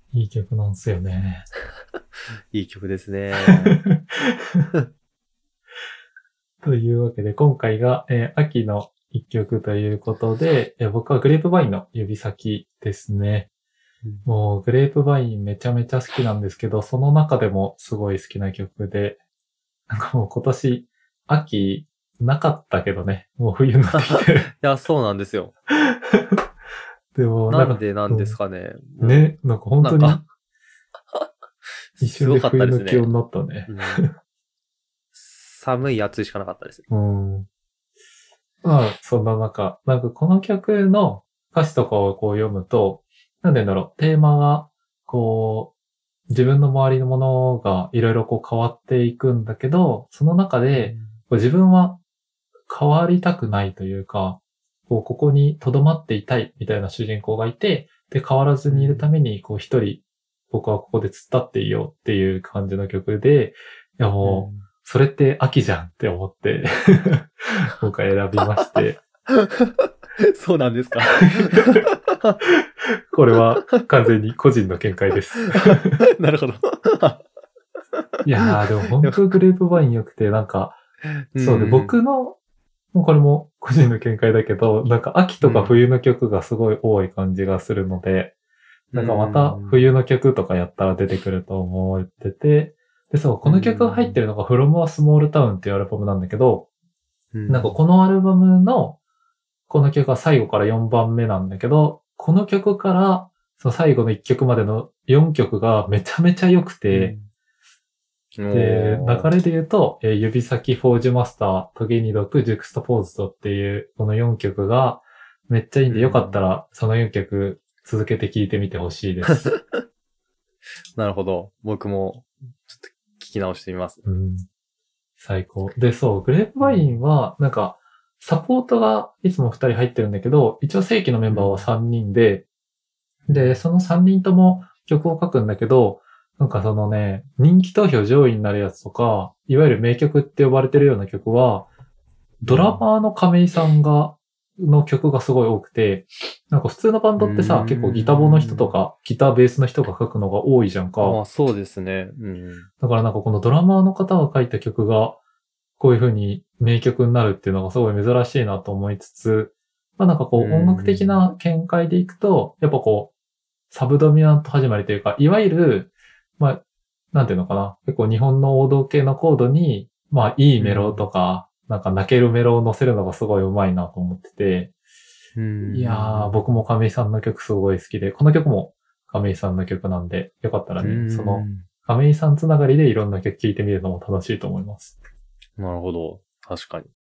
いい曲なんですよね。 いい曲ですね。 というわけで、今回が、秋の一曲ということで、僕はグレープバインの指先ですね。 うん、 もう、グレープバインめちゃめちゃ好きなんですけど、その中でもすごい好きな曲で、なんかもう今年、秋、なかったけどね、もう冬になってきてる。 いや、そうなんですよ。 でも、なんか、 なんでなんですかね。もね、なんか本なんか、 当に一瞬ですごかった冬ですね。 の気温になったね。 うん。寒い暑いしかなかったです。 うん。まあ、そんな中、なんかこの曲の歌詞とかをこう読むと、なんて言うんだろう、テーマが、こう、自分の周りのものがいろいろこう変わっていくんだけど、その中で、 うん。 こう自分は変わりたくないというか、こう、ここに留まっていたいみたいな主人公がいて、で、変わらずにいるたうん。 めに、こう一人、僕はここで突っ立っていようっていう感じの曲で、いやもう、 うん。 それって秋じゃんって思って今回選びまして、 そうなんですか。 これは完全に個人の見解です。 なるほど。 いやー、でもでも本当グレープワイン良くて、なんか、 うそうで、僕ん。 の、もうこれも個人の見解だけど、なんか秋とかうん。 冬の曲がすごい多い感じがするので、 うなんかまた冬ん。 の曲とかやったら出てくると思ってて、で、そう、 うこの曲が入ってん。 るのが From a Small Town っていうアルバムなんだけど、なんかうん。 このアルバムのこの曲が最後から4番目なんだけど、この曲からその最後の1曲までの4曲がめちゃめちゃ良くて、 うん。 で、流おー。 れで言うと、指先、フォージュマスター、トゲニドク、ジュクストポーズドっていうこの4曲がめっちゃいいんで、よかったうん。 らその4曲続けて聴いてみてほしいです。 なるほど。僕も、ちょっと聞き直してみます。 うん。最高。で、そう、グレープワインうん。 は、なんか、サポートがいつも2人入ってるんだけど、一応正規のメンバーはうん。 3人で、で、 うん。 その3人とも曲を書くんだけど、なんかそのね、人気投票上位になるやつとか、いわゆる名曲って呼ばれてるような曲は、ドラうん。 マーの亀井さんの曲がすごい多くて、なんか普通のバンうードってさ、結構ギタボの人とん。 か、ギターベースの人が書くのが多いじゃんか。 ああ、そうですね。うん。 だからなんかこのドラマーの方が書いた曲が、こういう風に名曲になるっていうのがすごい珍しいなと思いつつ、まあなんかうこう音楽的ん。 な見解でいくと、やっぱこう、サブドミナント始まりというか、いわゆる、まあ、なんていうのかな、結構日本の王道系のコードに、まあいいメロうん。 とか、なんか泣けるメロを乗せるのがすごい上手いなと思ってて、 うん。ういやー、 ん。 僕も亀井さんの曲すごい好きで、この曲も亀井さんの曲なんで、よかったらうね、そのん。 亀井さんつながりでいろんな曲聴いてみるのも楽しいと思います。 なるほど。確かに。